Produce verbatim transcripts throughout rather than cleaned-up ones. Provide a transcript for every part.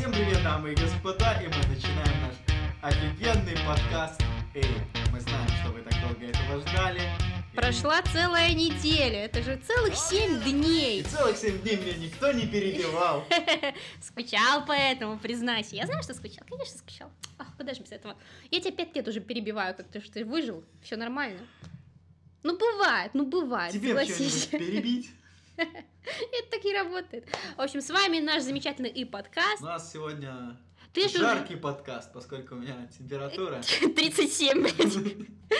Всем привет, дамы и господа, и мы начинаем наш офигенный подкаст. Эй, мы знаем, что вы так долго этого ждали. Прошла целая неделя, это же целых семь дней. И целых семь дней меня никто не перебивал. Скучал поэтому, признайся. Я знаю, что скучал, конечно, скучал. Ах, куда же без этого? Я тебя пять лет уже перебиваю, как ты, что ты выжил, все нормально. Ну бывает, ну бывает, Тебе согласись. что-нибудь перебить? Это так и работает. В общем, с вами наш замечательный и подкаст. У нас сегодня Ты же жаркий подкаст, поскольку у меня температура. тридцать семь, блядь.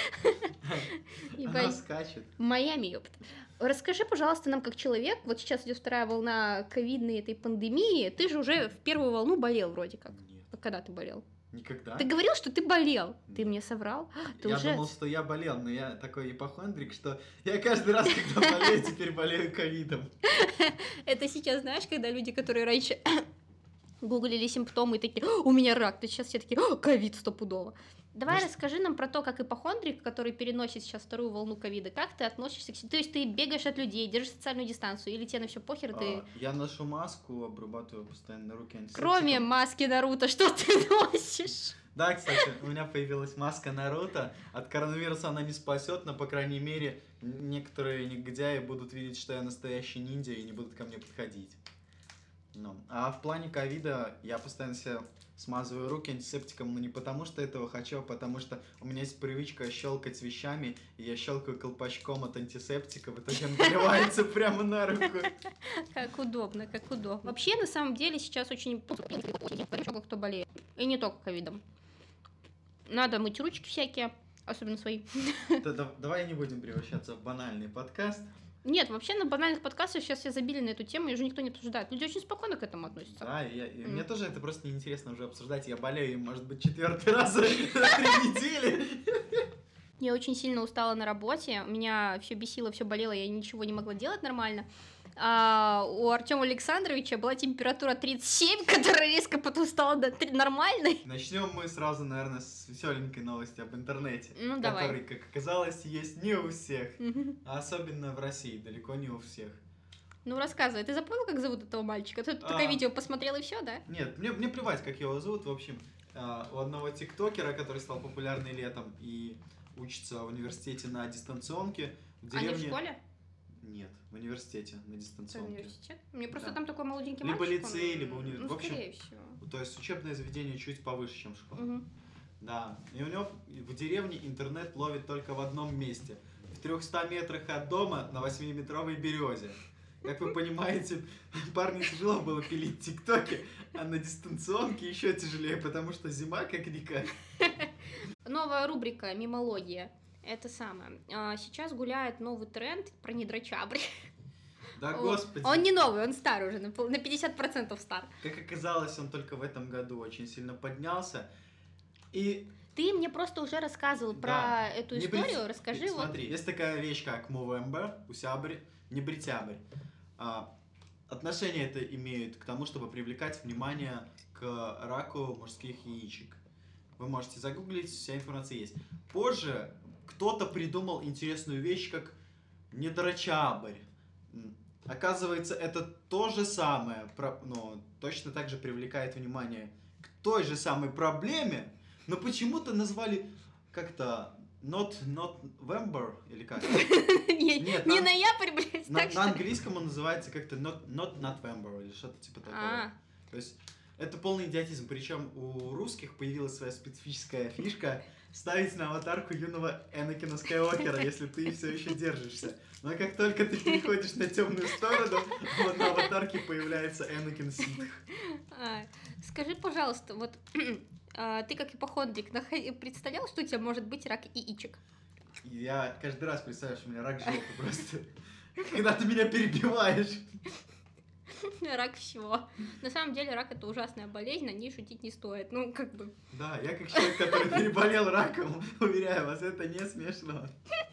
Она скачет. Майами, ёпта. Расскажи, пожалуйста, нам как человек, вот сейчас идет вторая волна ковидной этой пандемии, ты же уже в первую волну болел вроде как. Нет. Когда ты болел? Никогда. Ты говорил, что ты болел. Ты мне соврал. Ты я уже... думал, что я болел, но я такой ипохондрик, что я каждый раз, когда болею, теперь болею ковидом. Это сейчас, знаешь, когда люди, которые раньше гуглили симптомы и такие, у меня рак, то сейчас все такие, ковид стопудово. Давай Может... расскажи нам про то, как ипохондрик, который переносит сейчас вторую волну ковида, как ты относишься к... То есть ты бегаешь от людей, держишь социальную дистанцию, или тебе на все похер, ты... А, я ношу маску, обрабатываю постоянно руки антисептиком. Кроме маски Наруто, что ты носишь? Да, кстати, у меня появилась маска Наруто. От коронавируса она не спасет, но, по крайней мере, некоторые негодяи будут видеть, что я настоящий ниндзя и не будут ко мне подходить. Ну. А в плане ковида я постоянно себе смазываю руки антисептиком, но не потому, что этого хочу, а потому что у меня есть привычка щелкать вещами, и я щелкаю колпачком от антисептика, в итоге он наливается прямо на руку. Как удобно, как удобно. Вообще, на самом деле, сейчас очень много кто болеет. И не только ковидом. Надо мыть ручки всякие, особенно свои. Давай не будем превращаться в банальный подкаст. Нет, вообще на банальных подкастах сейчас все забили на эту тему, и уже никто не обсуждает. Люди очень спокойно к этому относятся. Да, и, я, и mm. мне тоже это просто неинтересно уже обсуждать. Я болею, может быть, четвертый раз за три недели. Я очень сильно устала на работе, меня все бесило, все болело, я ничего не могла делать нормально. А у Артема Александровича была температура тридцать семь, которая резко потом стала до нормальной. Начнем мы сразу, наверное, с веселенькой новости об интернете, ну, который, как оказалось, есть не у всех, а особенно в России, далеко не у всех. Ну, рассказывай, ты запомнил, как зовут этого мальчика? Ты а... только видео посмотрел и все, да? Нет, мне, мне плевать, как его зовут, в общем, у одного тиктокера, который стал популярный летом и учится в университете на дистанционке. В деревне... А не в школе? Нет, в университете, на дистанционке. Университет? Мне просто да. там такой молоденький либо мальчик. Либо лицей, он... либо университет. Ну, в общем, скорее всего. То есть учебное заведение чуть повыше, чем школа. Угу. Да, и у него в деревне интернет ловит только в одном месте. В трехстах метрах от дома на восьмиметровой березе. Как вы понимаете, парню тяжело было пилить тиктоки, а на дистанционке еще тяжелее, потому что зима как река. Новая рубрика «Мимология». Это самое. Сейчас гуляет новый тренд про недрочабрь. Да господи. Он не новый, он старый уже, на пятьдесят процентов стар. Как оказалось, он только в этом году очень сильно поднялся. И... Ты мне просто уже рассказывал да. про эту историю, не расскажи. Смотри, вот. Смотри, есть такая вещь, как Movember, Усябрь, Небритябрь. А, отношение это имеет к тому, чтобы привлекать внимание к раку мужских яичек. Вы можете загуглить, вся информация есть. Позже кто-то придумал интересную вещь, как недрочабрь. Оказывается, это то же самое, но точно так же привлекает внимание к той же самой проблеме, но почему-то назвали как-то not, not November, или как? Нет, не ноябрь, блядь. На английском он называется как-то not November, или что-то типа такого. То есть это полный идиотизм, причем у русских появилась своя специфическая фишка ставить на аватарку юного Энакина Скайуокера, если ты все еще держишься. Но как только ты переходишь на темную сторону, вот на аватарке появляется Энакин Ситх. А, скажи, пожалуйста, вот а, ты как ипохондрик представлял, что у тебя может быть рак яичек? Я каждый раз представляю, что у меня рак жопы просто. Когда ты меня перебиваешь. Рак всего. На самом деле рак это ужасная болезнь, на ней шутить не стоит. Ну, как бы. Да, я как человек, который переболел раком, уверяю вас, это не смешно.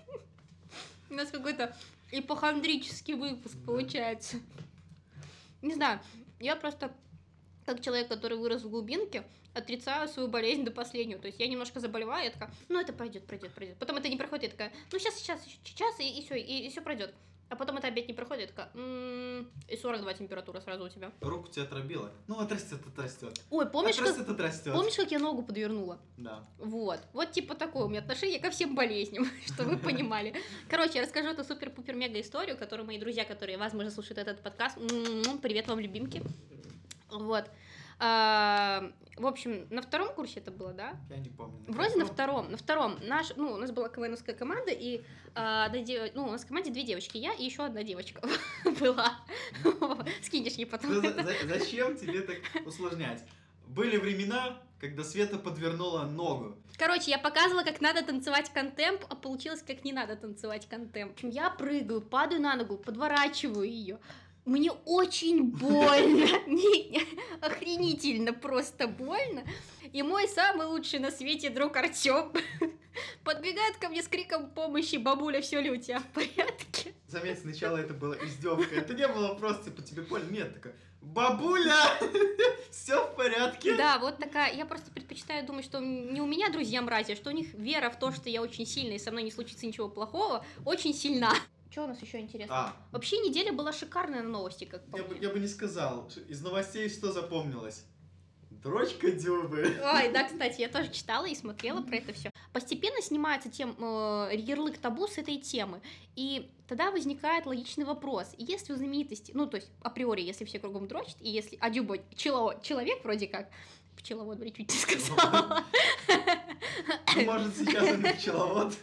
У нас какой-то ипохондрический выпуск да. получается. Не знаю, я просто, как человек, который вырос в глубинке, отрицаю свою болезнь до последнего. То есть я немножко заболеваю, я такая, ну это пройдет, пройдет, пройдет. Потом это не проходит, я такая, ну сейчас, сейчас, сейчас, и, и все, и, и все пройдет. А потом это опять не проходит, такая, м-м, и сорок два температура сразу у тебя. Руку тебя отрубила. Ну, отрастет, отрастет. Ой, помнишь, как, Отрастет, отрастет. помнишь, как я ногу подвернула? Да. Вот. Вот типа такое у меня отношение ко всем болезням, что вы понимали. Короче, я расскажу эту супер-пупер-мега историю, которую мои друзья, которые, возможно, слушают этот подкаст, м-м-м, привет вам, любимки. Вот. А, в общем, на втором курсе это было, да? Я не помню. Вроде на втором. На втором. Наш, ну, у нас была КВНовская команда, и а, одна дев... ну, у нас в команде две девочки, я и еще одна девочка была. Скинешь ей потом. Зачем тебе так усложнять? Были времена, когда Света подвернула ногу. Короче, я показывала, как надо танцевать контемп, а получилось, как не надо танцевать контемп. В общем, я прыгаю, падаю на ногу, подворачиваю ее. Мне очень больно, не, охренительно просто больно. И мой самый лучший на свете друг Артём подбегает ко мне с криком помощи: бабуля, все ли у тебя в порядке? Заметь, сначала это была издевка. Это не было просто типа тебе больно. Нет, такая: бабуля, все в порядке. Да, вот такая. Я просто предпочитаю думать, что не у меня друзья мрази, а что у них вера в то, что я очень сильная и со мной не случится ничего плохого, очень сильна. Что у нас еще интересно? А. Вообще неделя была шикарная на новости, как по Я мне. бы, я бы не сказал. Из новостей что запомнилось? Дрочка Дюбы. Ой, да, кстати, я тоже читала и смотрела про это все. Постепенно снимается тем, э, ярлык табу с этой темы. И тогда возникает логичный вопрос. Если у знаменитости, ну, то есть, априори, если все кругом дрочат, и если а Дюба пчеловод, человек вроде как, пчеловод, блин, чуть не сказала. Ну, может, сейчас он и пчеловод.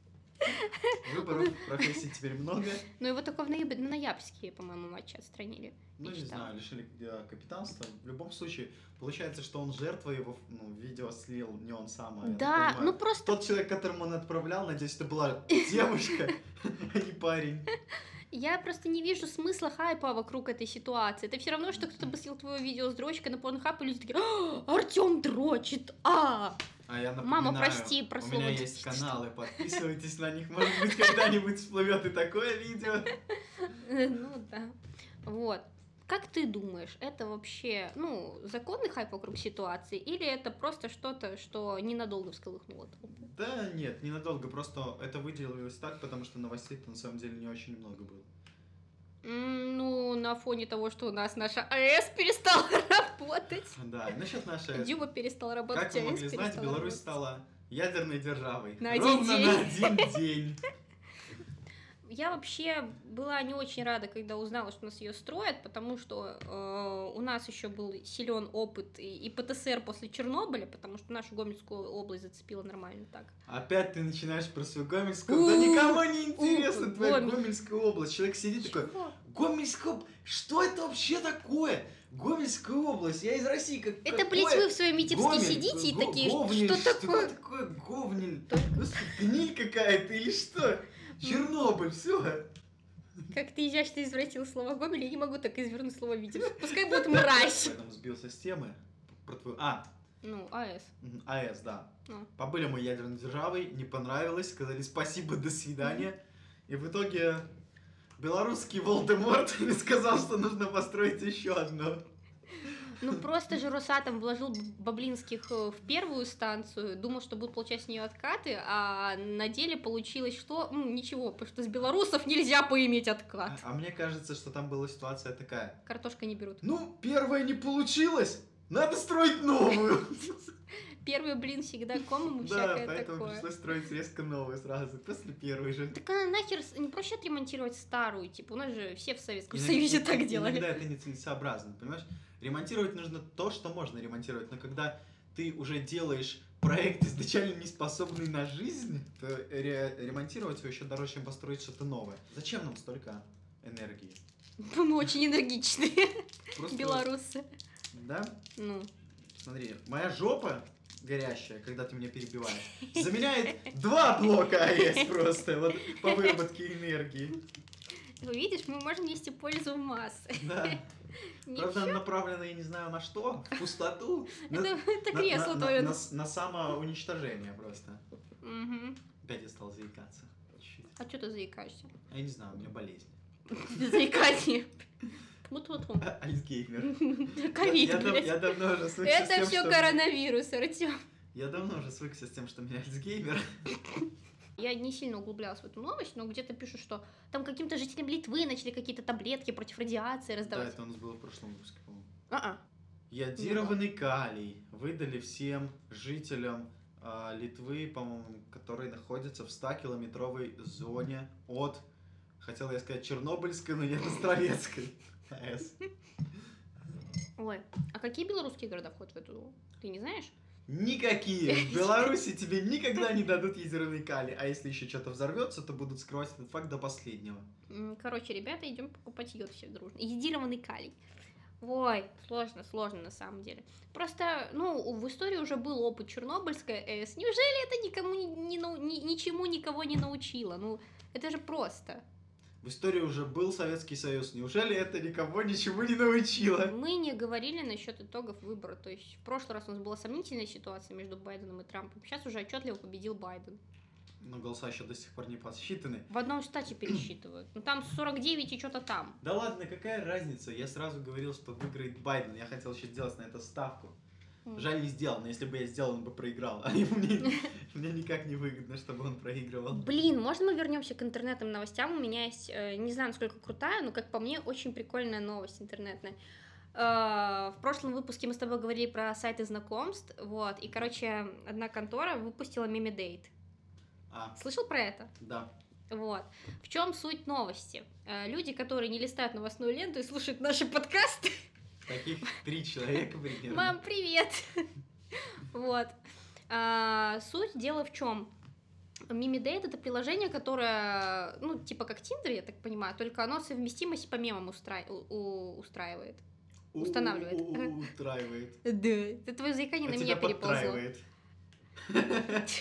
Выборов профессий теперь много. Ну, его только в ноябре, на ноябрьские, по-моему, матчи отстранили. Ну, не читала. знаю, лишили капитанства. В любом случае, получается, что он жертва, его ну, видео слил не он сам, а я Да, так понимаю, ну просто... тот человек, которому он отправлял, надеюсь, это была девушка, а не парень. Я просто не вижу смысла хайпа вокруг этой ситуации. Это все равно, что кто-то бы слил твое видео с дрочкой на Pornhub, и люди такие: Артем дрочит, а! А я напоминаю, Мама, прости, про у слово меня есть дрочить. каналы, подписывайтесь на них, может быть, когда-нибудь всплывет и такое видео. Ну да. Вот. Как ты думаешь, это вообще, ну, законный хайп вокруг ситуации, или это просто что-то, что ненадолго всколыхнуло толпу? Да нет, ненадолго, просто это выделилось так, потому что новостей-то на самом деле не очень много было. М, Ну, на фоне того, что у нас наша АЭС перестала работать. Да, насчет нашей... Дюба перестал работать, Как вы АЭС могли знать, перестала Беларусь работать. стала ядерной державой. На один Ровно день. на один день. Я вообще была не очень рада, когда узнала, что у нас ее строят, потому что э, у нас еще был силен опыт и, и ПТСР после Чернобыля, потому что нашу Гомельскую область зацепила нормально так. Опять ты начинаешь про свою Гомельскую. Да никому не интересна У, твоя Гомель. Гомельская область. Человек сидит такой: Чего? Гомельская область? Что это вообще такое? Гомельская область? Я из России. Как, Это, какое? блядь, вы в своем Витебске Гомель, сидите и Го- такие, Говнель, что такое? такое Говнель? Господи, гниль какая-то или что? Чернобыль, все. Как ты изящно извратил слово Гомель, я не могу так извернуть слово Витебск. Пускай будет мразь. Поэтому сбился с темы. Про твою... А, Ну, АЭС. мгм, АЭС, да. Ну. Побыли мы ядерной державой, не понравилось, сказали спасибо, до свидания. И в итоге белорусский Волдеморт сказал, что нужно построить еще одно. Ну, просто же Росатом вложил Баблинских э, в первую станцию, думал, что будут получать с нее откаты, а на деле получилось, что м, ничего, потому что с белорусов нельзя поиметь откат. А мне кажется, что там была ситуация такая: Картошка не берут. ну, первая не получилось, надо строить новую. Первый блин всегда комом и Да, всякое поэтому такое. пришлось строить резко новую сразу, после первой же. Так а нахер с- не проще отремонтировать старую, типа, у нас же все в Советском Иногда- Союзе так делали. Иногда это нецелесообразно, понимаешь? Ремонтировать нужно то, что можно ремонтировать, но когда ты уже делаешь проект, изначально не способный на жизнь, то ре- ремонтировать его еще дороже, чем построить что-то новое. Зачем нам столько энергии? Мы очень энергичные, Просто- белорусы. Да? Ну, Смотри, моя жопа горящая, когда ты меня перебиваешь, заменяет два блока АЭС просто, вот по выработке энергии. видишь, мы можем нести пользу в массы. Да. Не Правда, направлено, я не знаю на что, в пустоту. на- Это, это на- кресло на- твое. На, на- на самоуничтожение просто. Мгм. Опять я стал заикаться. Чуть-чуть. А что ты заикаешься? А я не знаю, у меня болезнь. Заикание. Тьфу-тьфу-тьфу. А- Альцгеймер. Ковид, я, дав- блядь. я давно уже свыкся с Это тем, все что... коронавирус, Артем. Я давно уже свыкся с тем, что у меня Альцгеймер. Я не сильно углублялась в эту новость, но где-то пишут, что там каким-то жителям Литвы начали какие-то таблетки против радиации Да, раздавать. это у нас было в прошлом выпуске, по-моему. А-а. Йодированный калий выдали всем жителям а, Литвы, по-моему, которые находятся в ста-километровой зоне от, хотел я сказать, Чернобыльской, но нет, Островецкой АЭС. Ой, а какие белорусские города входят в эту? Ты не знаешь? Никакие. В Беларуси тебе никогда не дадут йодированный калий. А если еще что-то взорвется, то будут скрывать этот факт до последнего. М, Короче, ребята, идем покупать йод все дружно. Йодированный калий. Ой, сложно, сложно на самом деле. Просто, ну, в истории уже был опыт Чернобыльской АЭС. Неужели это никому ни, ни нау- ни- ничему никого не научило? Ну, это же просто. В истории уже был Советский Союз. Неужели это никого ничего не научило? Мы не говорили насчет итогов выбора. То есть в прошлый раз у нас была сомнительная ситуация между Байденом и Трампом. Сейчас уже отчетливо победил Байден. Но голоса еще до сих пор не подсчитаны. В одном штате пересчитывают. Ну там сорок девять и что-то там. Да ладно, какая разница? Я сразу говорил, что выиграет Байден. Я хотел еще сделать на это ставку. Жаль, не сделал, но если бы я сделал, он бы проиграл. А мне, мне никак не выгодно, чтобы он проигрывал. Блин, можно мы вернемся к интернетным новостям? У меня есть, э, не знаю, насколько крутая, но, как по мне, очень прикольная новость интернетная. Э, в прошлом выпуске мы с тобой говорили про сайты знакомств, вот, и, короче, одна контора выпустила мемидейт. А, Слышал про это? да. Вот. В чем суть новости? Э, люди, которые не листают новостную ленту и слушают наши подкасты. Таких три человека примерно. Мам, привет! Вот. А, суть дела в чем? Мимидейт — это приложение, которое, ну, типа как Тиндер, я так понимаю, только оно совместимость по мемам устра... у- у- устраивает. Устанавливает. У- Устраивает. Да. Это твое заикание А на тебя меня переползло. подтраивает.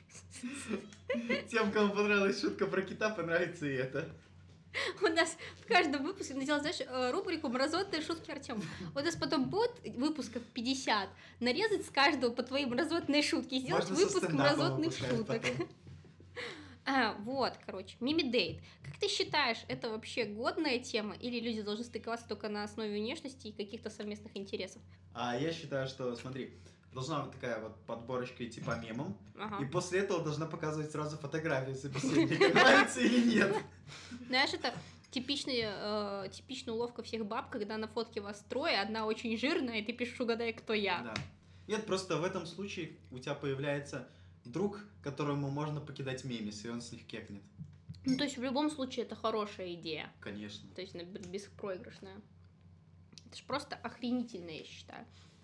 Тем, кому понравилась шутка про кита, понравится и это. У нас в каждом выпуске надел, знаешь, э, рубрику «Мразотные шутки Артем». У нас потом будет выпусков пятьдесят нарезать с каждого по твоей мразотной шутке и сделать Можно со выпуск стендапом мразотных выпускать шуток. потом. А, вот, короче, мимидейт. Как ты считаешь, это вообще годная тема, или люди должны стыковаться только на основе внешности и каких-то совместных интересов? А я считаю, что, смотри, должна быть такая вот подборочка идти по мемам, Ага. и после этого должна показывать сразу фотографию собеседника, нравится или нет. Знаешь, это типичная, э, типичная уловка всех баб, когда на фотке вас трое, одна очень жирная, и ты пишешь «Угадай, кто я». Да. Нет, просто в этом случае у тебя появляется друг, которому можно покидать мемис, и он с них кекнет. Ну, то есть в любом случае это хорошая идея. Конечно. То есть она б- беспроигрышная. Это ж просто охренительно, я считаю.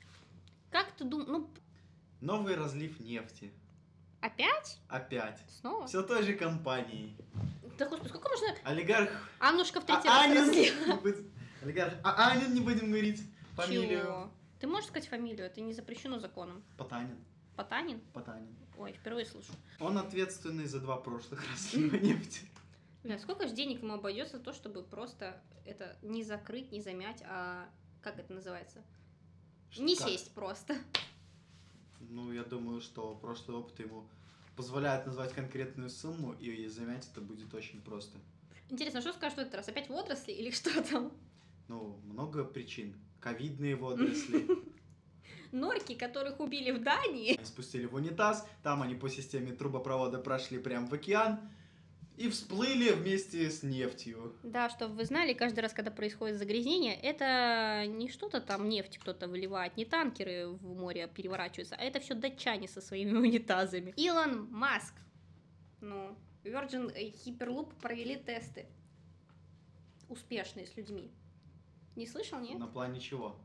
Как ты думаешь, ну, Новый разлив нефти. опять? Опять. Снова? Все той же компании. Да, господи, сколько можно Олигарх... Аннушка в третий А- раз Анин... разлила? не будем- Олигарх... А Анин не будем говорить. Фамилию. Чего? Ты можешь сказать фамилию? Это не запрещено законом. Потанин. Потанин? Потанин. Ой, впервые слышу. Он ответственный за два прошлых разлива нефти. Бля, сколько же денег ему обойдется то, чтобы просто это не закрыть, не замять, а как это называется? Не Как? сесть просто. Ну, я думаю, что прошлый опыт ему позволяет назвать конкретную сумму, и замять это будет очень просто. Интересно, что скажешь в этот раз? Опять водоросли или что там? Ну, много причин. Ковидные водоросли. Норки, которых убили в Дании. Они спустили в унитаз, там они по системе трубопровода прошли прямо в океан и всплыли вместе с нефтью. Да, чтобы вы знали, каждый раз, когда происходит загрязнение, это не что-то там нефть кто-то выливает, не танкеры в море переворачиваются, а это все датчане со своими унитазами. Илон Маск. Ну, Virgin Hyperloop провели тесты. Успешные с людьми. Не слышал, нет? На плане чего?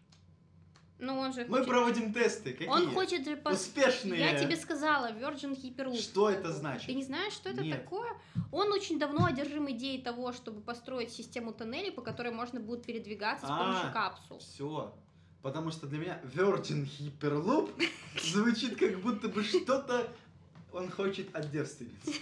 Ну, он же Мы хочет... проводим тесты. Какие? Он хочет же... пос- Успешные. Я тебе сказала, Virgin Hyperloop. Что это значит? Ты не знаешь, что это Нет. такое? Он очень давно одержим идеей того, чтобы построить систему тоннелей, по которой можно будет передвигаться с А. помощью капсул. Все. Потому что для меня Virgin Hyperloop звучит как будто бы что-то он хочет от девственниц.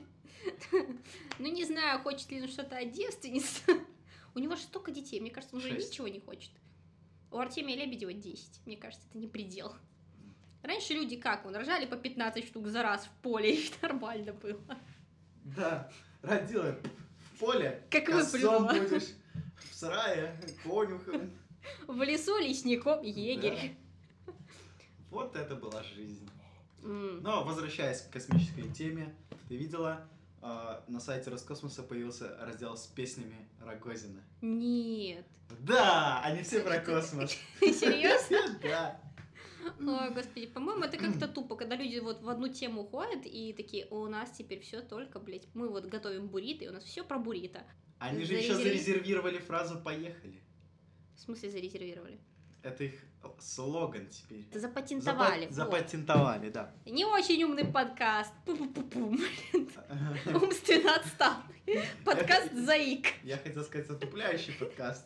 Ну, не знаю, хочет ли он что-то от девственниц. У него же столько детей, мне кажется, он уже Шесть. ничего не хочет. У Артемия Лебедева десять. Мне кажется, это не предел. Раньше люди как? Он рожали по пятнадцать штук за раз в поле, и нормально было. Да, родила в поле, Как косцом выплюнула. будешь, в сарае, конюхом. В лесу лесником егерь. Вот это была жизнь. М. Но возвращаясь к космической теме, Ты видела, э, на сайте Роскосмоса появился раздел с песнями Рогозина? Нет. Да, они все про космос. Серьезно? Да. Ой, господи, по-моему, это как-то тупо, когда люди вот в одну тему уходят и такие, у нас теперь все только, блядь, мы вот готовим буррито, и у нас все про буррито. Они же еще зарезервировали фразу «поехали». В смысле зарезервировали? Это их слоган теперь. Это запатентовали. Запа- запатентовали, да. Не очень умный подкаст. Пу-пу-пу-пу. Умственно отсталый. Подкаст «Заик». Я хотел сказать затупляющий подкаст.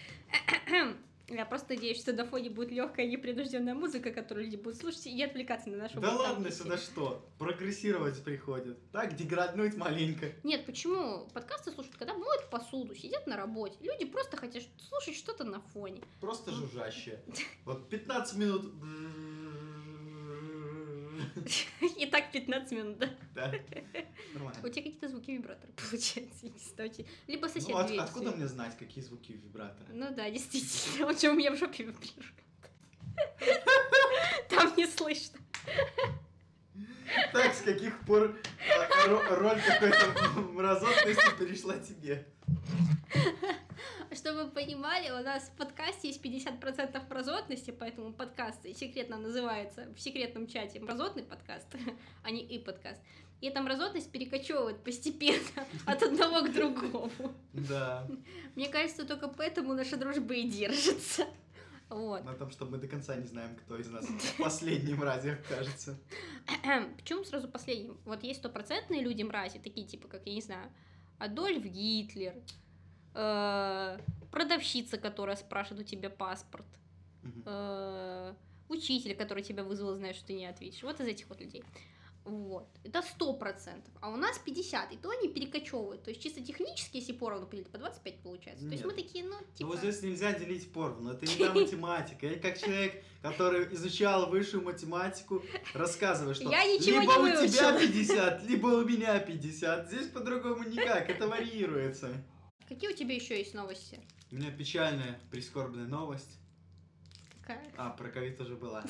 Я просто надеюсь, что на фоне будет легкая непринужденная музыка, которую люди будут слушать и отвлекаться на нашу Да ладно, сюда что? Прогрессировать приходят. Так, деграднуть маленько. Нет, почему? Подкасты слушают, когда моют посуду, сидят на работе. Люди просто хотят слушать что-то на фоне. Просто жужжащее. Вот пятнадцать минут... И так пятнадцать минут, да? Да. Нормально. У тебя какие-то звуки вибратора получаются, кстати. Либо сосед Ну, от- дверь откуда своей. мне знать, какие звуки вибратора? Ну да, действительно. Он же у меня в жопе вибрирует. Там не слышно. Так, с каких пор а, ро- роль какой-то мразотности перешла тебе? Чтобы вы понимали, у нас в подкасте есть пятьдесят процентов мразотности, поэтому подкаст секретно называется в секретном чате мразотный подкаст, а не и подкаст. И эта мразотность перекочевывает постепенно от одного к другому. Да. Мне кажется, только поэтому наша дружба и держится. Вот. На том, что мы до конца не знаем, кто из нас последний мразь, кажется. Почему сразу последним? Вот есть стопроцентные люди мрази, такие типа, как, я не знаю, Адольф Гитлер, э, продавщица, которая спрашивает у тебя паспорт, Мгм. э, учитель, который тебя вызвал, знаешь, что ты не ответишь. Вот из этих вот людей. Вот. Это сто процентов. А у нас пятьдесят, и то они перекочевывают. То есть чисто технически, если поровну поделить, по двадцать пять получается. То есть Нет. мы такие, ну, Ну типа... вот здесь нельзя делить поровну, это не та математика. Я как человек, который изучал высшую математику, рассказываю, что Я ничего либо не у тебя выучила. пятьдесят, либо у меня пятьдесят. Здесь по-другому никак, это варьируется. Какие у тебя еще есть новости? У меня печальная, прискорбная новость. Какая? А, про ковид уже была.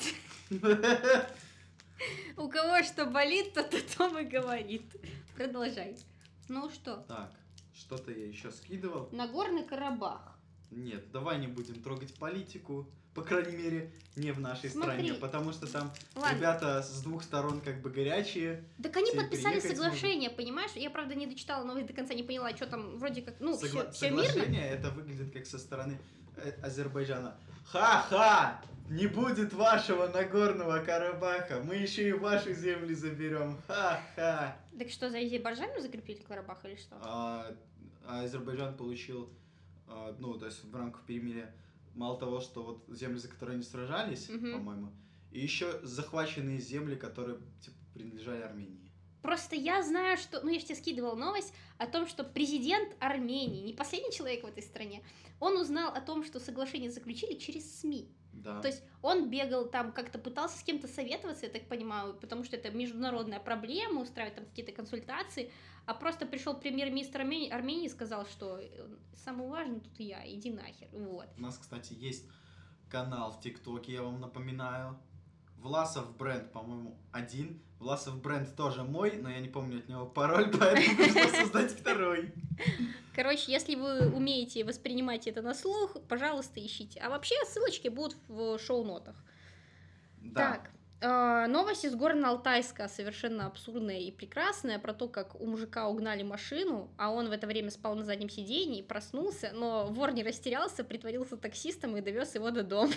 У кого что болит, тот о том и говорит. Продолжай. Ну что? Так, что-то я еще скидывал. Нагорный Карабах. Нет, давай не будем трогать политику. По крайней мере, не в нашей Смотри. стране, потому что там Ладно. ребята с двух сторон как бы горячие. Так они все подписали приехать соглашение, понимаешь? Я, правда, не дочитала новость до конца, не поняла, что там вроде как, ну, Согла- все, мирно. Соглашение, это выглядит как со стороны э, Азербайджана. Ха-ха! Не будет вашего Нагорного Карабаха, мы еще и ваши земли заберем. Ха-ха! Так что, за Азербайджаном закрепили Карабах или что? А, а Азербайджан получил, а, ну, то есть в рамках перемирия, мало того, что вот земли, за которые они сражались, Мгм. по-моему, и еще захваченные земли, которые типа, принадлежали Армении. Просто я знаю, что... Ну, я же тебе скидывала новость о том, что президент Армении, не последний человек в этой стране, он узнал о том, что соглашение заключили через СМИ. Да. То есть он бегал там, как-то пытался с кем-то советоваться, я так понимаю, потому что это международная проблема, устраивать там какие-то консультации, а просто пришел премьер-министр Армении, Армении и сказал, что самый важный тут я, иди нахер, вот. У нас, кстати, есть канал в ТикТоке, я вам напоминаю. Власов бренд, по-моему, один. Власов бренд тоже мой, но я не помню от него пароль, поэтому пришлось создать второй. Короче, если вы умеете воспринимать это на слух, пожалуйста, ищите. А вообще ссылочки будут в шоу-нотах. Да. Так, э, новость из Горно-Алтайска, совершенно абсурдная и прекрасная, про то, как у мужика угнали машину, а он в это время спал на заднем сиденье и проснулся, но вор не растерялся, притворился таксистом и довез его до дома.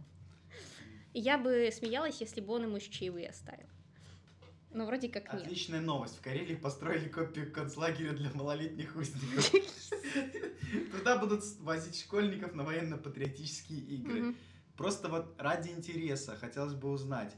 Я бы смеялась, если бы он ему еще чаевые оставил. Но вроде как нет. Отличная новость. В Карелии построили копию концлагеря для малолетних узников. Туда будут возить школьников на военно-патриотические игры. Мгм. Просто вот ради интереса хотелось бы узнать.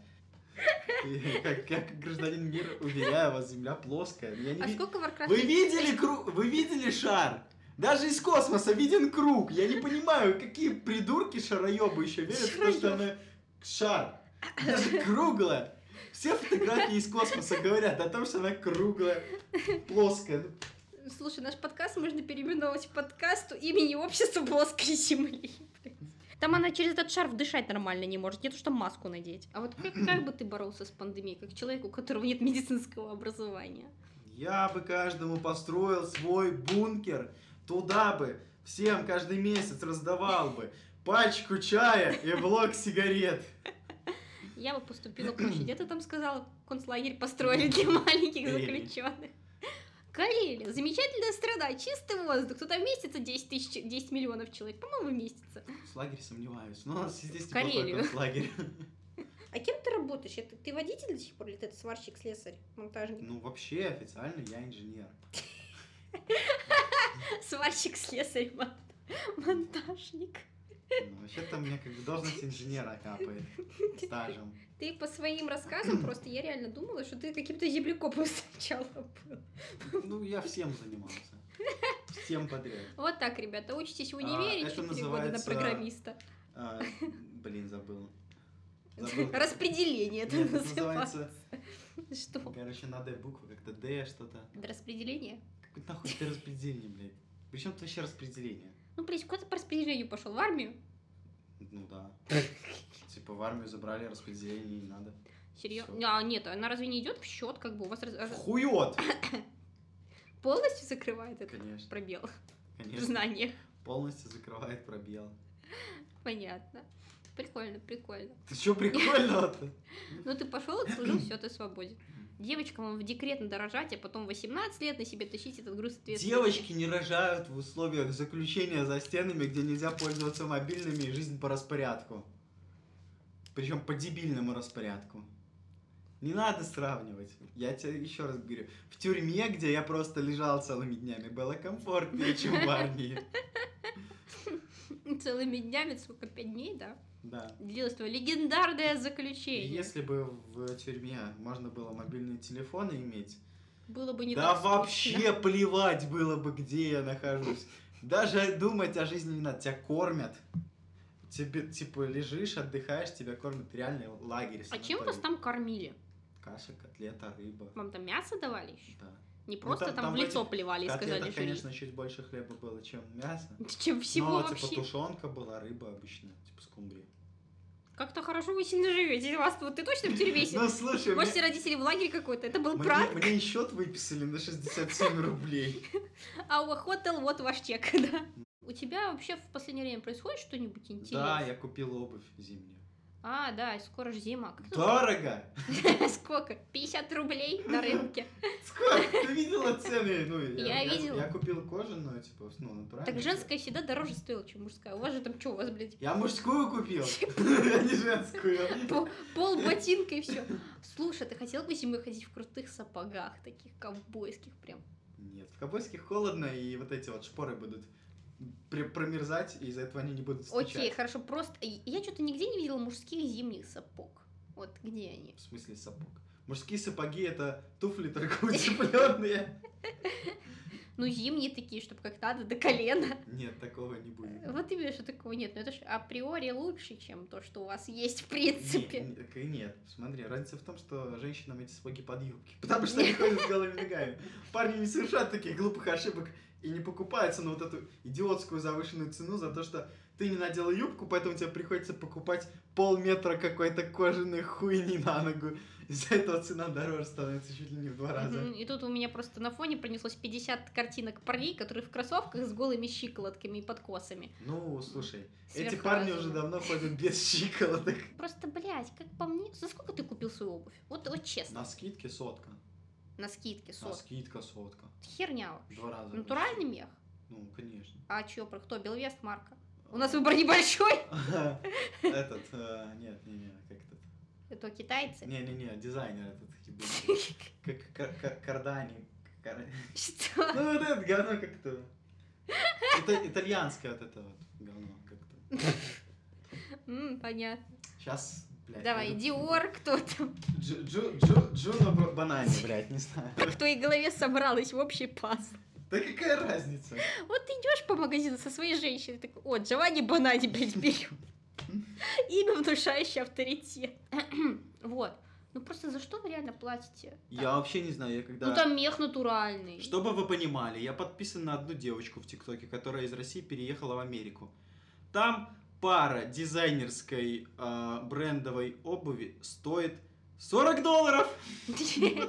И Как, как гражданин мира, уверяю вас, Земля плоская. Я не А ви- сколько Warcraft? Вы видели круг? Вы видели шар? Даже из космоса виден круг. Я не понимаю, какие придурки шароебы еще верят в то, что она шар. Даже круглая. Все фотографии из космоса говорят о том, что она круглая, плоская. Слушай, наш подкаст можно переименовать в подкасту имени общества плоской земли. Там она через этот шарф дышать нормально не может, не то что маску надеть. А вот как, как бы ты боролся с пандемией, как человек, у которого нет медицинского образования? Я бы каждому построил свой бункер, туда бы всем каждый месяц раздавал бы пачку чая и блок сигарет. Я бы поступила проще. Где ты там сказала, концлагерь построили для маленьких Карелия. заключенных? Карелия. Замечательная страна, чистый воздух. Туда вместится десять тысяч, десять миллионов человек. По-моему, вместится. Концлагерь сомневаюсь. Но у нас здесь Карелию. неплохой концлагерь. А кем ты работаешь? Это, ты водитель до сих пор или ты сварщик, слесарь, монтажник? Ну, вообще, официально я инженер. Сварщик, слесарь, мон- монтажник. Ну, вообще-то у меня как бы должность инженера капает стажем. Ты по своим рассказам просто, я реально думала, что ты каким-то землекопом сначала был. Ну, я всем занимался. Всем подряд. Вот так, ребята, учитесь в универе, это четыре года на называется- программиста. А, блин, забыл. Забыл. Распределение это Нет, это называется. называется, Что? короче, на Д буквы, как-то Д что-то. Распределение? Какое-то нахуй это распределение, блядь. Причем тут вообще распределение? Ну, блядь, куда ты по распределению пошел? В армию? Ну да. Типа в армию забрали, распределение не надо. Серьезно? Всё. А, нет, она разве не идет в счет, как бы у вас раз- раз- Хуёт! полностью закрывает этот Конечно, пробел в конечно. знаниях? Полностью закрывает пробел. Понятно. Прикольно, прикольно. Ты чё прикольного-то? Ну, ты пошел, отслужил, все, ты свободен. Девочкам вам в декрет надо рожать, а потом восемнадцать лет на себе тащить этот груз ответственности. Девочки не рожают в условиях заключения за стенами, где нельзя пользоваться мобильными и жизнь по распорядку. Причем по дебильному распорядку. Не надо сравнивать. Я тебе еще раз говорю. В тюрьме, где я просто лежал целыми днями, было комфортнее, чем в армии. Целыми днями, сколько, пять дней, да? Да. Длилось твое легендарное И заключение. если бы в тюрьме можно было мобильные телефоны иметь, Было бы не да так вообще скучно. плевать было бы, где я нахожусь. Даже думать о жизни не надо. Тебя кормят. Тебе, типа, лежишь, отдыхаешь, тебя кормят. Реальный лагерь. А чем вас санаторий. там кормили? Каша, котлета, рыба. Вам там мясо давали еще? Да. Не Ну, просто там- там, там в в лицо этих плевали и В сказали, котлетах, жри. конечно, чуть больше хлеба было, чем мясо. Чем всего Но, вообще. типа, тушенка была, рыба обычно, типа, скумбрия. Как-то хорошо вы сильно живете. Вас вот ты точно в тюрьме сидишь? Ну, слушай, Может, мне, родители в лагере какой-то? Это был мне, пранк. мне и счет выписали на шестьдесят семь рублей. А у хотел вот ваш чек, да? У тебя вообще в последнее время происходит что-нибудь интересное? Да, я купил обувь зимнюю. А, да, и скоро же зима. Как ты- Дорого! Сколько? пятьдесят рублей на рынке. Сколько? Ты видела цены? Ну, Я видела. Я купил кожаную, типа, ну, натуральную. Так женская всегда дороже стоила, чем мужская. У вас же там что, у вас, блядь, Я мужскую купил, а не женскую. по- пол ботинка и все. Слушай, ты хотел бы зимой ходить в крутых сапогах, таких ковбойских прям? Нет, в Кобойских холодно, и вот эти вот шпоры будут при- промерзать, и из-за этого они не будут стучать. Окей, хорошо, просто я что-то нигде не видела мужских зимних сапог. Вот где они? В смысле сапог? Мужские сапоги — это туфли только утепленные. Ну, зимние такие, чтобы как надо, до колена. Нет, такого не будет. Вот именно, что такого нет. Но это же априори лучше, чем то, что у вас есть в принципе. Не- не- так и Нет, смотри, разница в том, что женщинам эти сапоги под юбки, потому что они ходят с голыми ногами. Парни не совершают таких глупых ошибок и не покупаются на вот эту идиотскую завышенную цену за то, что ты не надела юбку, поэтому тебе приходится покупать полметра какой-то кожаной хуйни на ногу. Из-за этого цена дороже становится чуть ли не в два раза. Мгм. И тут у меня просто на фоне пронеслось пятьдесят картинок парней, которые в кроссовках с голыми щиколотками и подкосами. Ну, слушай, эти Сверхразумно. парни уже давно ходят без щиколоток. Просто, блядь, как по мне, за сколько ты купил свою обувь? Вот, вот честно, На скидке сотка. на скидке, На сот. скидка сотка. Херня вообще. Два раза. Натуральный больше. мех? Ну, конечно. А чё, про кто? Белвест марка? У нас выбор небольшой. Этот, э, нет, не, не, как этот. Это китайцы? Не-не-не, дизайнер этот ебучий. Как кар- кар- Кардани. Кар- Что? Ну, вот это говно как-то. Это итальянское вот это вот говно как-то. М, понятно. Сейчас, блядь. Давай, это- Диор, кто там? Джу- Джу- Джу- Джуно Б- Банани, блядь, не знаю. В твоей голове собралась в общий паз. Да какая разница? Вот ты идешь по магазину со своей женщиной, такой, о, Джованни Бонани, блядь, берем. Имя, внушающее авторитет. Вот. Ну просто за что вы реально платите? Я вообще не знаю, я когда... Ну там мех натуральный. Чтобы вы понимали, я подписан на одну девочку в ТикТоке, которая из России переехала в Америку. Там пара дизайнерской э, брендовой обуви стоит сорок долларов.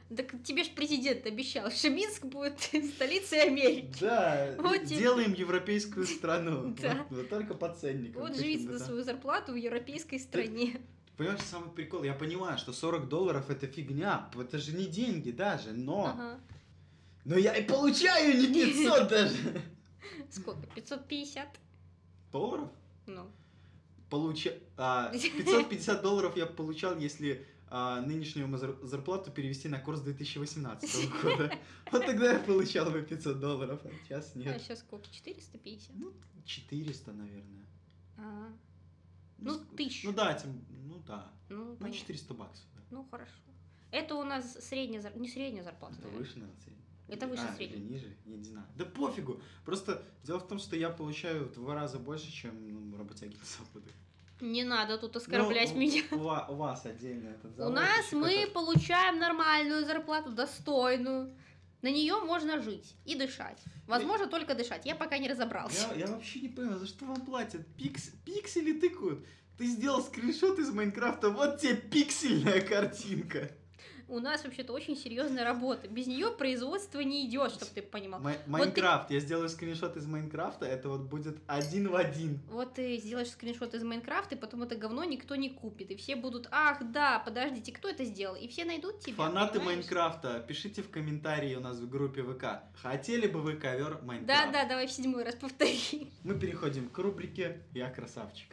Так тебе ж президент обещал, что Минск будет столицей Америки. Да, Вот тебе- делаем европейскую страну. Да. Вот, вот только по ценникам. Вот Почему живите бы на там? свою зарплату в европейской стране. Понимаешь, самый прикол, я понимаю, что сорок долларов это фигня, это же не деньги даже, но... Ага. Но я и получаю не пятьсот даже. Сколько? пятьсот пятьдесят? Долларов? Ну. Получа... а, пятьсот пятьдесят долларов я получал, если а, нынешнюю мою зар- зарплату перевести на курс две тысячи восемнадцатого года. Вот тогда я получал бы пятьсот долларов, а сейчас А нет. сейчас сколько? четыреста пятьдесят? Ну, четыреста, наверное. А, ну, ск- тысячу. Ну да, тем... ну да. Ну, Ну, понятно. четыреста баксов. Да. Ну, хорошо. Это у нас средняя зарплата. Не средняя зарплата, Это наверное. выше, наверное, среднего. Это выше а, среднего. Или ниже, я не знаю. Да пофигу. Просто дело в том, что я получаю в два раза больше, чем ну, работяги на Западе. Не надо тут оскорблять Ну, меня. У, ва- у вас отдельно этот У завод, нас еще мы какой-то- получаем нормальную зарплату, достойную. На нее можно жить и дышать. Возможно, только дышать. Я пока не разобрался. Я, я вообще не понимаю, за что вам платят? Пикс, пиксели тыкают. Ты сделал скриншот из Майнкрафта, вот тебе пиксельная картинка. У нас вообще-то очень серьезная работа. Без нее производство не идет, чтобы ты понимал. Май- Майнкрафт, я сделаю скриншот из Майнкрафта, это вот будет один в один. Вот ты сделаешь скриншот из Майнкрафта, и потом это говно никто не купит. И все будут, ах, да, подождите, кто это сделал? И все найдут тебя. Фанаты понимаешь? Майнкрафта, пишите в комментарии у нас в группе ВК. Хотели бы вы ковер Майнкрафт? Да, да, давай в седьмой раз повтори. Мы переходим к рубрике «Я красавчик».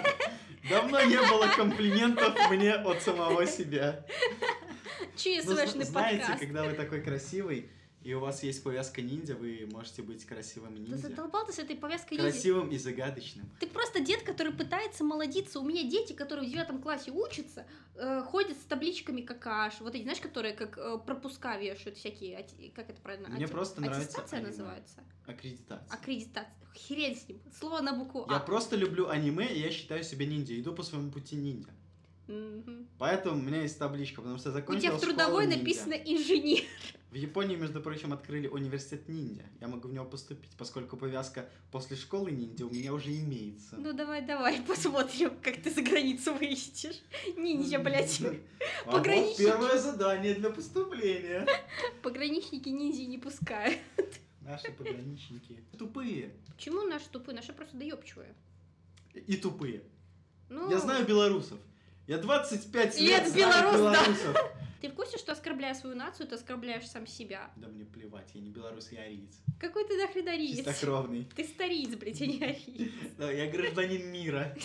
Давно не было комплиментов мне от самого себя. Ну, ЧСВшный знаете, подкаст. когда вы такой красивый, и у вас есть повязка ниндзя, вы можете быть красивым Ты ниндзя. задолбал ты с этой повязкой ниндзя. Красивым и загадочным. Ты просто дед, который пытается молодиться. У меня дети, которые в девятом классе учатся, э, ходят с табличками какаш. Вот эти, знаешь, которые как э, пропуска вешают всякие, ати- как это правильно? Мне просто нравится Аттестация аниме. называется? Аккредитация. Аккредитация. Хрен с ним. Слово на букву Я А. просто люблю аниме, и я считаю себя ниндзя. Иду по своему пути ниндзя. Мгм. Поэтому у меня есть табличка, потому что я У закончил тебя в школу трудовой ниндзя. написано инженер. В Японии, между прочим, открыли университет ниндзя. Я могу в него поступить, поскольку повязка после школы ниндзя у меня уже имеется. Ну давай, давай, посмотрим, как ты за границу выйдешь. Ниндзя, блядь. А вот Пограничники. первое задание для поступления. Пограничники ниндзя не пускают. Наши пограничники тупые Почему наши тупые? Наши просто доебчивые. и тупые. Ну, Я знаю белорусов. Я двадцать пять Лет лет знаю белорус, да. белорусов. Ты в курсе, что оскорбляя свою нацию, ты оскорбляешь сам себя? Да мне плевать, я не белорус, я ариец. Какой ты нахрен ариец? Чистокровный. Ты стариец, блядь, а не ариец. Да, я гражданин мира.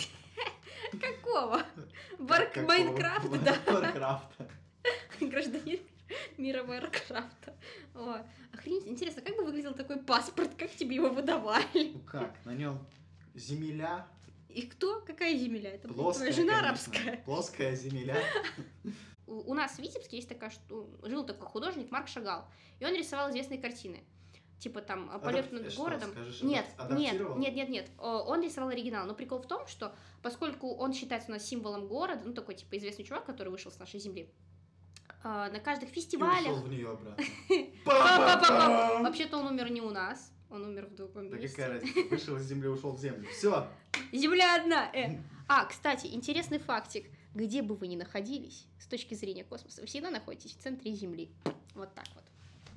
Какого? Барк Какого? Майнкрафта, да? Варкрафта. Гражданин мира Майнкрафта. Ой, охренеть, интересно, как бы выглядел такой паспорт, как тебе его выдавали? Ну как, на нем земля, И кто? Какая земля? Это блядь, плоская, твоя жена конечно. арабская. Плоская земля. У у нас в Витебске есть такая, что жил такой художник Марк Шагал, и он рисовал известные картины. Типа там полет Адап- над что, городом. скажешь, Нет, адап- нет, адаптировал? нет, нет, нет. О, Он рисовал оригинал. Но прикол в том, что поскольку он считается у нас символом города, ну такой типа известный чувак, который вышел с нашей земли, а, на каждых И фестивалях. ушел в нее обратно. Па-па-па-па. Па-па-пам! Вообще-то он умер не у нас, он умер в другом Да месте. какая разница, вышел из земли, ушел в землю. Все. Земля одна. э. А, кстати, интересный фактик. Где бы вы ни находились, с точки зрения космоса, вы всегда находитесь в центре Земли. Вот так вот.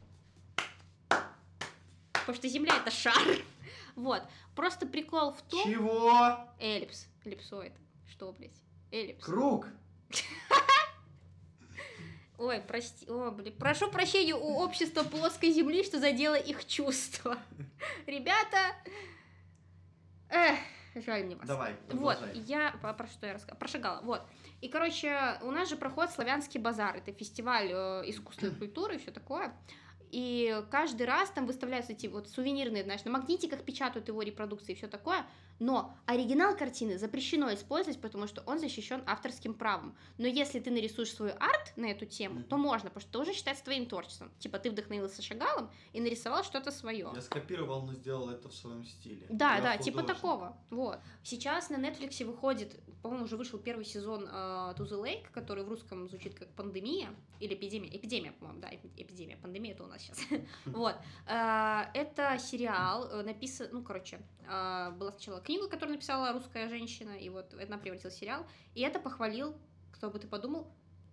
Потому что Земля — это шар. Вот. Просто прикол в том... Чего? Эллипс. Эллипсоид. Что, блядь? Эллипс. Круг. Ой, прости, о, блин, прошу прощения у общества плоской земли, что задело их чувства. Ребята, эх, жаль мне вас. Давай, Вот, продолжай. я, про про что я рассказала, прошагала, вот. И, короче, у нас же проходит Славянский базар, это фестиваль э, искусственной культуры и все такое. И каждый раз там выставляются эти вот сувенирные, знаешь, на магнитиках печатают его репродукции и все такое. Но оригинал картины запрещено использовать, потому что он защищен авторским правом. Но если ты нарисуешь свой арт на эту тему, Мгм. то можно, потому что это уже считается твоим творчеством. Типа ты вдохновился Шагалом и нарисовал что-то свое. Я скопировал, но сделал это в своем стиле. Да, Я да, типа художник. такого. Вот. Сейчас на Netflix выходит, по-моему, уже вышел первый сезон uh, To the Lake, который в русском звучит как пандемия или эпидемия. Эпидемия, по-моему, да, эпи- эпидемия. Пандемия это у нас сейчас. Вот. Э, Это сериал, написан, ну, короче, э, была сначала книга, которую написала русская женщина, и вот она превратилась в сериал. И это похвалил, кто бы ты подумал,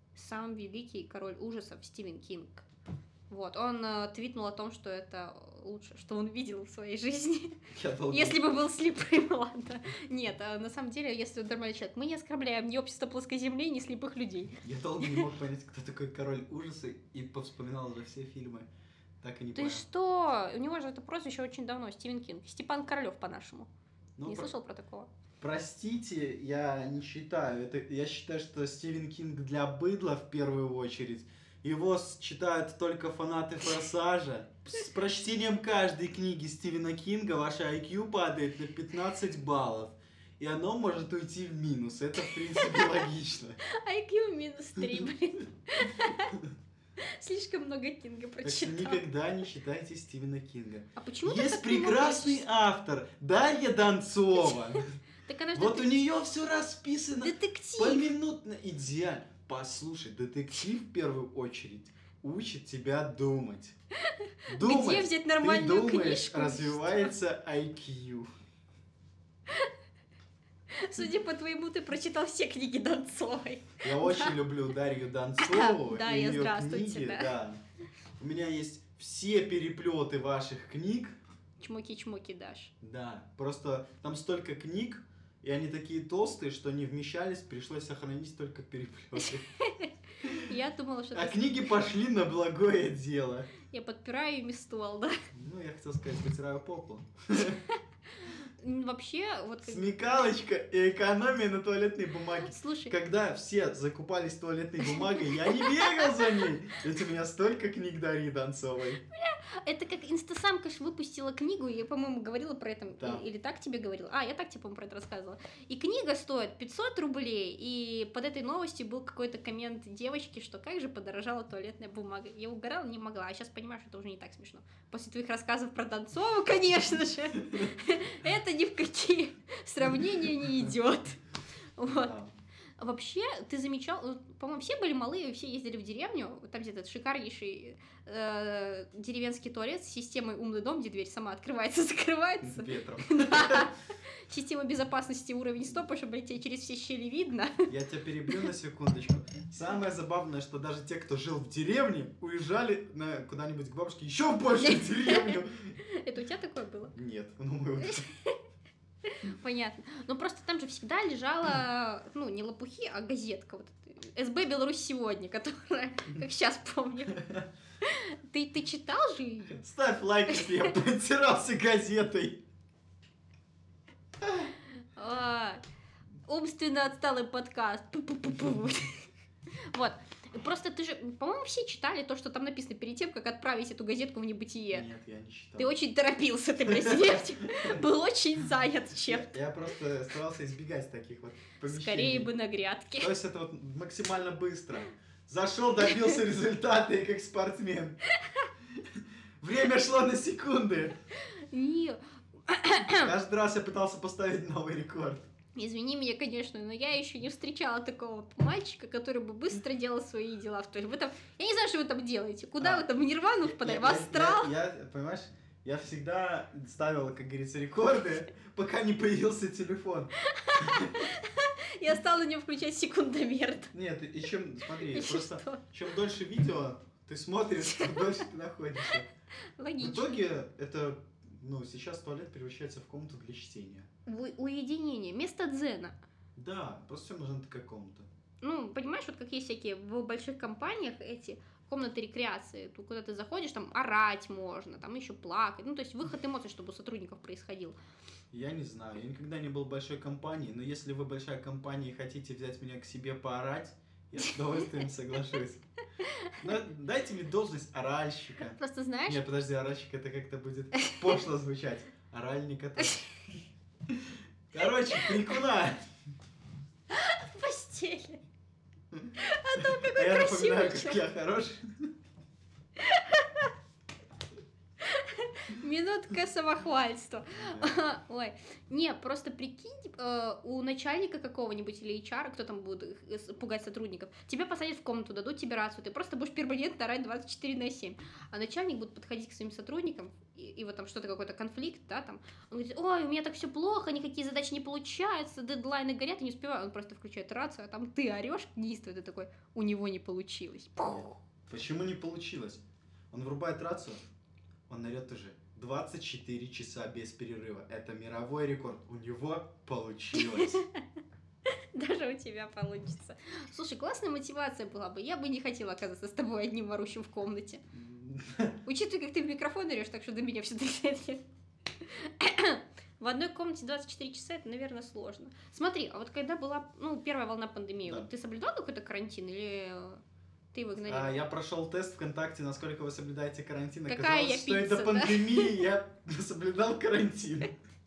сам великий король ужасов Стивен Кинг. Вот, он э, твитнул о том, что это лучше, что он видел в своей жизни. Я долго... Если бы был слепым, ладно. Нет, а на самом деле, если он нормальный человек, мы не оскорбляем ни общество плоской земли, ни слепых людей. Я долго не мог понять, кто такой король ужаса, и повспоминал уже все фильмы. Так и не Ты понял. что? У него же это прозвище очень давно, Стивен Кинг. Степан Королёв по-нашему. Ну, не про- слышал про такого? Простите, я не считаю. Это, я считаю, что Стивен Кинг для быдла в первую очередь. Его с- читают только фанаты «Форсажа». С прочтением каждой книги Стивена Кинга ваше ай кью падает на пятнадцать баллов. И оно может уйти в минус. Это, в принципе, логично. ай кью минус три, блин. Слишком много Кинга Так что прочитал. никогда не читайте Стивена Кинга. А почему ты Есть так к нему прекрасный относишься? автор Дарья Донцова. Так она же Вот у детектив. нее все расписано Детектив. поминутно, идеально. Послушай, детектив в первую очередь учит тебя думать. Думать. Где взять Ты нормальную думаешь, книжку? развивается ай кью. Судя по твоему, ты прочитал все книги Донцовой. Я очень люблю Дарью Донцову Да, и я ее здравствуйте, книги. да. Да. У меня есть все переплеты ваших книг. Чмоки-чмоки дашь. Да, просто там столько книг, и они такие толстые, что не вмещались, пришлось сохранить только переплеты. Я думала, что А ты... книги пошли на благое дело. Я подпираю ими ствол, да? Ну, я хотел сказать, потираю попу. М, Вообще, вот... как- Смекалочка и экономия на туалетной бумаге. Слушай, Когда все закупались туалетной бумагой, я не бегал за ней. Ведь у меня столько книг Дарьи Донцовой. это как Инстасамка ж выпустила книгу, я, по-моему, говорила про это, Да. и- или так тебе говорила? А, я так тебе, по-моему, про это рассказывала. И книга стоит пятьсот рублей, и под этой новостью был какой-то коммент девочки, что как же подорожала туалетная бумага. Я угорала, не могла, а сейчас понимаю, что это уже не так смешно. После твоих рассказов про Донцову, конечно же, это ни в какие сравнения не идет. Вот. Да. Вообще, ты замечал, вот, по-моему, все были малые, все ездили в деревню, там где-то шикарнейший э, деревенский туалет с системой «Умный дом», где дверь сама открывается, С закрывается. ветром. Да. Система безопасности уровень сто, потому что, блядь, тебе через все щели видно. Я тебя перебью на секундочку. Самое забавное, что даже те, кто жил в деревне, уезжали на куда-нибудь к бабушке еще в большую деревню. Это у тебя такое было? Нет, ну мы вот... Понятно. Но просто там же всегда лежала, ну, не лопухи, а газетка. Вот эта, СБ «Беларусь сегодня», которая, как сейчас помню. Ты, ты читал же ее? Ставь лайк, если я потирался газетой. А, умственно отсталый подкаст. Пу-пу-пу-пу. Вот. Просто ты же, по-моему, все читали то, что там написано перед тем, как отправить эту газетку в небытие. Нет, я не читал. Ты очень торопился, ты, блядь, смерти. Был очень занят чем. Я, я просто старался избегать таких вот помещений. Скорее бы на грядке. То есть это вот максимально быстро. Зашел, добился результата и как спортсмен. Время шло на секунды. Не, Каждый раз я пытался поставить новый рекорд. извини меня, конечно, но я еще не встречала такого мальчика, который бы быстро делал свои дела. То есть вы там, я не знаю, что вы там делаете. Куда А. вы там в нирвану впадаете? В Я- я- астрал? Я, я- понимаешь, я всегда ставил, как говорится, рекорды, пока не появился телефон. Я стала на нем включать секундомер. Нет, и чем, смотри, И просто что? чем дольше видео ты смотришь, тем дольше ты находишься. В Логично. итоге это, ну, сейчас туалет превращается в комнату для чтения. У- Уединение, место дзена. Да, просто все нужно к комнату. Ну, понимаешь, вот как есть всякие в больших компаниях эти комнаты рекреации, тут куда ты заходишь, там орать можно, там еще плакать, ну, то есть выход эмоций, чтобы у сотрудников происходил. Я не знаю, я никогда не был в большой компании, но если вы большая компания и хотите взять меня к себе поорать, я с удовольствием соглашусь. Но дайте мне должность оральщика. Просто знаешь, Нет, подожди, оральщик это как-то будет пошло звучать. Оральник это... Короче, крикуна. в постели. А я напоминаю, красивый как я хороший. Минутка самохвальства. Ой, не, просто прикинь, у начальника какого-нибудь или эйч ар, кто там будет пугать сотрудников, тебя посадят в комнату, дадут тебе рацию, ты просто будешь перманентно орать двадцать четыре на семь, а начальник будет подходить к своим сотрудникам, и, и вот там что-то, какой-то конфликт, да, там, он говорит, ой, у меня так все плохо, никакие задачи не получаются, дедлайны горят, я не успеваю, он просто включает рацию, а там ты орешь неистово, ты такой, у него не получилось. Почему не получилось? Он врубает рацию, он орет уже двадцать четыре часа без перерыва. Это мировой рекорд. У него получилось. Даже у тебя получится. Слушай, классная мотивация была бы. Я бы не хотела оказаться с тобой одним орущим в комнате. Учитывая, как ты в микрофон орешь, так что до меня все долетает. В одной комнате двадцать четыре часа, это, наверное, сложно. Смотри, а вот когда была, ну, первая волна пандемии, Да. вот ты соблюдал какой-то карантин или ты его игнорировал? А, я прошел тест ВКонтакте, насколько вы соблюдаете карантин. Какая Оказалось, я что пицца, это пандемия, я соблюдал карантин.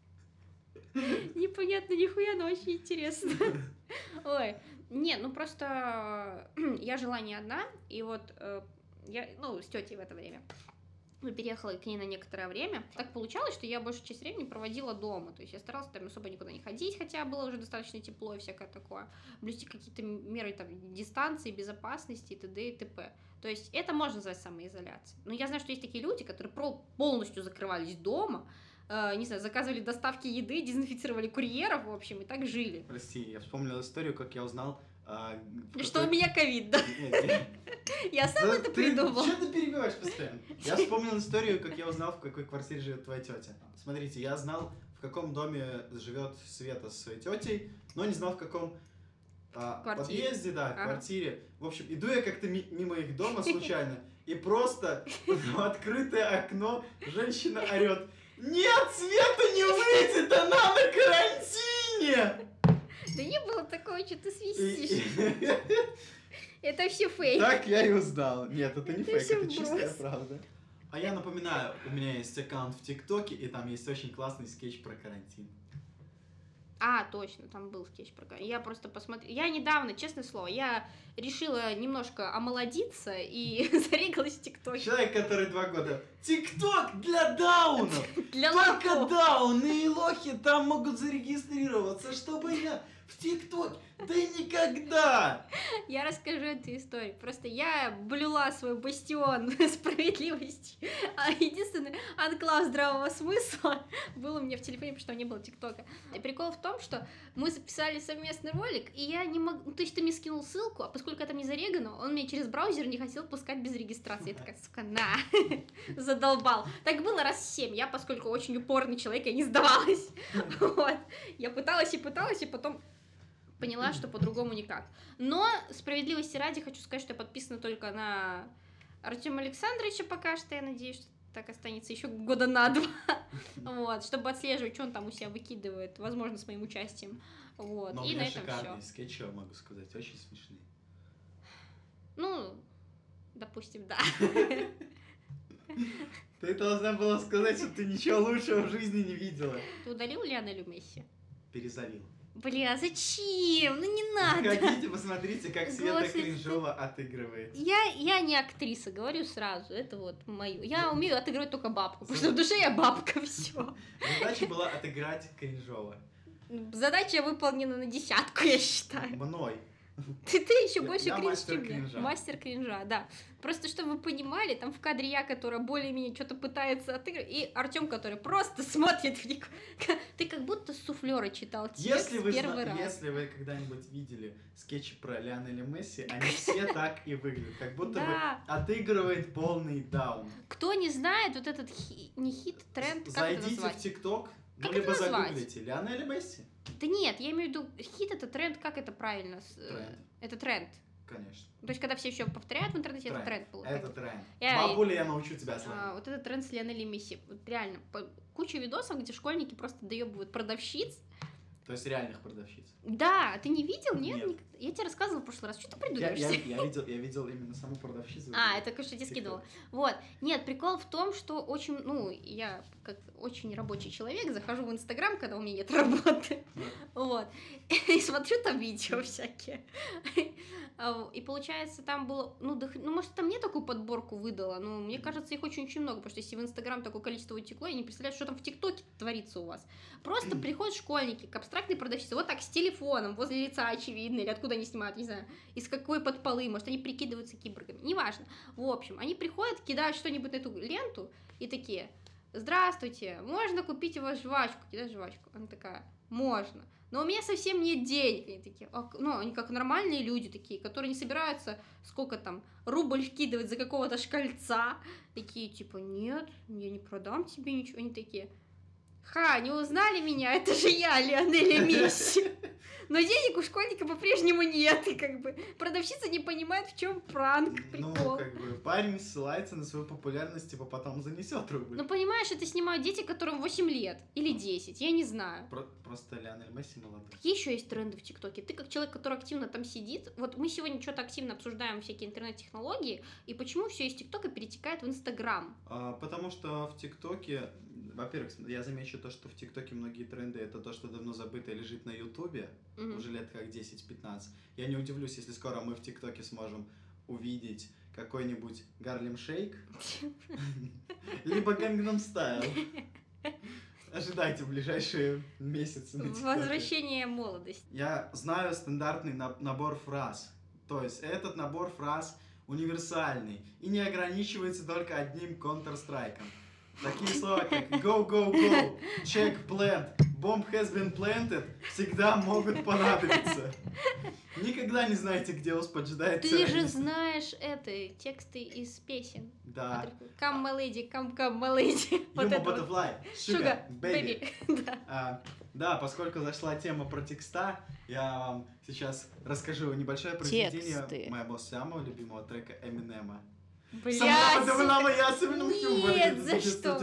Непонятно нихуя, но очень интересно. Ой, не, ну просто я жила не одна, и вот э, я, ну, с тетей в это время. Ну, переехала к ней на некоторое время. Так получалось, что я большую часть времени проводила дома. То есть я старалась там особо никуда не ходить, хотя было уже достаточно тепло и всякое такое. Блюсти какие-то меры там дистанции, безопасности и т.д. и т.п. То есть это можно назвать самоизоляцией. Но я знаю, что есть такие люди, которые полностью закрывались дома, э, не знаю, заказывали доставки еды, дезинфицировали курьеров, в общем, и так жили. Прости, я вспомнил историю, как я узнал... А, что какой... у меня ковид, да? Нет, нет. Я сам да это ты, придумал. Что ты перебиваешь постоянно? Я вспомнил историю, как я узнал, в какой квартире живет твоя тетя. Смотрите, я знал, в каком доме живет Света с своей тетей, но не знал, в каком а, подъезде, да, ага. квартире. В общем, иду я как-то ми- мимо их дома случайно, и просто в открытое окно женщина орет: «Нет, Света не выйдет, она на карантине!» Да не было такого, что ты свистишь. Это все фейк. Так я и узнал. Нет, это не фейк, это чистая правда. А я напоминаю, у меня есть аккаунт в ТикТоке, и там есть очень классный скетч про карантин. А, точно, там был скетч про карантин. Я просто посмотрела. Я недавно, честное слово, я решила немножко омолодиться и зарегалась в ТикТоке. Человек, который два года. ТикТок для даунов! Для Только лохов. дауны и лохи там могут зарегистрироваться, чтобы я в ТикТок. Да никогда! Я расскажу эту историю. Просто я блюла свой бастион справедливости. А единственный анклав здравого смысла был у меня в телефоне, потому что там не было ТикТока. И прикол в том, что мы записали совместный ролик, и я не могу... То есть ты мне скинул ссылку, а поскольку это не зарегано, он мне через браузер не хотел пускать без регистрации. Я такая, сука, на, задолбал. Так было раз семь. Я, поскольку очень упорный человек, я не сдавалась. Вот. Я пыталась и пыталась, и потом... поняла, что по-другому никак. Но, справедливости ради, хочу сказать, что я подписана только на Артема Александровича пока что. Я надеюсь, что так останется еще года на два. Вот, чтобы отслеживать, что он там у себя выкидывает, возможно, с моим участием. Вот. Но и у на меня этом шикарные все. скетчи, могу сказать, очень смешные. Ну, допустим, да. Ты должна была сказать, что ты ничего лучшего в жизни не видела. Ты удалил Лионелю Месси? Перезалил. Бля, зачем? Ну не надо. Заходите, посмотрите, как Света Господи, кринжово отыгрывает. Я, я не актриса, говорю сразу, это вот мое. Я умею отыгрывать только бабку, потому что в душе я бабка, все. Задача была отыграть кринжово. Задача выполнена на десятку, я считаю. Мной. Ты, ты еще Я- больше я кринж, мастер чем я. кринжа. Мастер кринжа, да. Просто чтобы вы понимали, там в кадре я, которая более-менее что-то пытается отыграть, и Артем, который просто смотрит в них. Ты как будто с суфлера читал текст Если вы, первый зна- раз. если вы когда-нибудь видели скетчи про Лионеля Месси, они все так и выглядят, как будто Да. бы отыгрывает полный даун. Кто не знает, вот этот хи- не хит, тренд, как это Зайдите в назвать? ТикТок, ну Как либо это назвать? загуглите Лионеля Месси. Да нет, я имею в виду, хит это тренд, как это правильно? С- э, Тренд. Это тренд. Конечно. То есть, когда все еще повторяют в интернете, это тренд был. Это тренд. Я- Бабуля, я научу тебя А, сленгу. вот этот тренд с Лионелем Месси. Вот реально, по- куча видосов, где школьники просто доебывают продавщиц, То есть реальных продавщиц. Да, ты не видел, нет? Нет. Никогда? Я тебе рассказывала в прошлый раз, что ты Я, я, придуриваешься? я видел, я видел именно саму продавщицу. А, это, конечно, тебе Тикток. скидывала. Вот. Нет, прикол в том, что очень, ну, я как очень рабочий человек, захожу в Инстаграм, когда у меня нет работы. Да. Вот. И смотрю там видео всякие. А, И получается, там было, ну, дох- ну, может, там мне такую подборку выдала, но мне кажется, их очень-очень много, потому что если в Инстаграм такое количество утекло, я не представляю, что там в ТикТоке творится у вас. Просто приходят школьники к абстрактной продавщице, вот так, с телефоном, возле лица, очевидно, или откуда они снимают, не знаю, из какой подполы, может, они прикидываются киборгами, неважно. В общем, они приходят, кидают что-нибудь на эту ленту и такие: здравствуйте, можно купить у вас жвачку? Кидай жвачку. Она такая: можно. Но у меня совсем нет денег. Они такие, «А к- ну, они как нормальные люди такие, которые не собираются, сколько там, рубль вкидывать за какого-то шкальца. Такие, типа, нет, я не продам тебе ничего. Они такие: ха, не узнали меня? Это же я, Лионель Месси. Но денег у школьника по-прежнему нет. И как бы продавщица не понимает, в чем пранк, Ну, прикол. как бы парень ссылается на свою популярность, типа потом занесет рубль. Ну, понимаешь, это снимают дети, которым восемь лет или десять, я не знаю. Про- просто Лионель Месси молодой. Какие еще есть тренды в ТикТоке? Ты как человек, который активно там сидит, вот мы сегодня что-то активно обсуждаем всякие интернет-технологии, и почему все из ТикТока перетекает в Инстаграм? А, потому что в ТикТоке, во-первых, см- я замечу то, что в ТикТоке многие тренды это то, что давно забыто лежит на Ютубе, Мгм. уже лет как десять-пятнадцать. Я не удивлюсь, если скоро мы в ТикТоке сможем увидеть какой-нибудь Гарлем Шейк, либо Gangnam Style. Ожидайте в ближайшие месяцы на ТикТоке. Возвращение молодости. Я знаю стандартный на- набор фраз. То есть этот набор фраз универсальный и не ограничивается только одним Counter-Strike. Такие слова, как go, go, go, check, plant, bomb has been planted всегда могут понадобиться. Никогда не знаете, где вас поджидает Ты же террорист. знаешь это, тексты из песен. Да. Come, my lady, come, come, my lady. Вот Yuma это вот. Butterfly, Sugar, Sugar, Baby. baby. Да. А, да, поскольку зашла тема про текста, я вам сейчас расскажу небольшое произведение Тексты. моего самого любимого трека Эминема. Блядь. Нет, за что?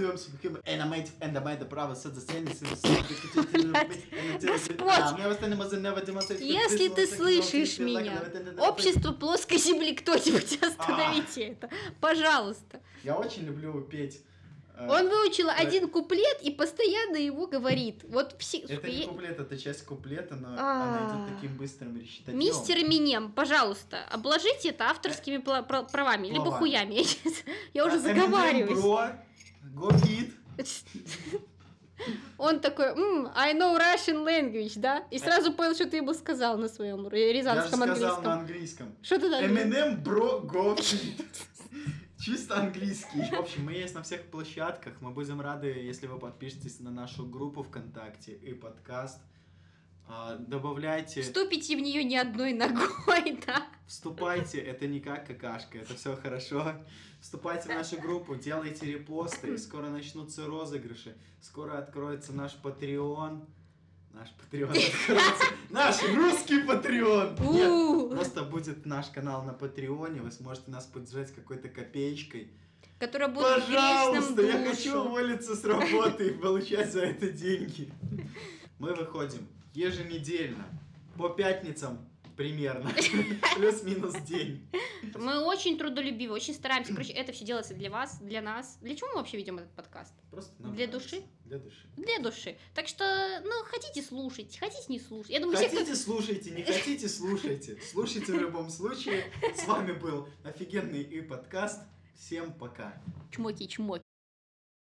Если ты слышишь меня, общество плоской земли, кто-нибудь остановите это, пожалуйста. Я очень люблю петь. э, Он выучил э, один куплет и постоянно его говорит. Вот все. Это не куплет, это часть куплета, но А. она идет таким быстрым речитативом. Мистер Эминем, пожалуйста, обложите это авторскими пла- пра- правами, либо Правами. хуями. Я уже Eminem, заговариваюсь. bro, go hit. Он такой: «М, I know Russian language», да? И сразу понял, что ты ему сказал на своем Я же рязанском сказал на английском. английском. Что ты там? Eminem, bro, go hit. Чисто английский. В общем, мы есть на всех площадках. Мы будем рады, если вы подпишетесь на нашу группу ВКонтакте и подкаст. А, Добавляйте, Вступите в нее ни одной ногой, да? вступайте. Это не как какашка, это все хорошо. Вступайте в нашу группу, делайте репосты. Скоро начнутся розыгрыши. Скоро откроется наш Patreon. Наш Patreon откроется. Наш русский Patreon. Нет, У, просто будет наш канал на Патреоне. Вы сможете нас поддержать какой-то копеечкой. Которая будет греть нам Пожалуйста, я хочу душу. уволиться с работы и получать за это деньги. Мы выходим еженедельно, по пятницам примерно, плюс-минус день. Мы очень трудолюбивы, очень стараемся. Короче, это все делается для вас, для нас. Для чего мы вообще ведем этот подкаст? Просто нам Для нравится. души? Для души. Для души. Так что, ну, хотите слушать, хотите не слушать. Я думаю, все, кто... Хотите, слушайте, не хотите, слушайте. Слушайте в любом случае. С вами был офигенный и подкаст. Всем пока. Чмоки-чмоки.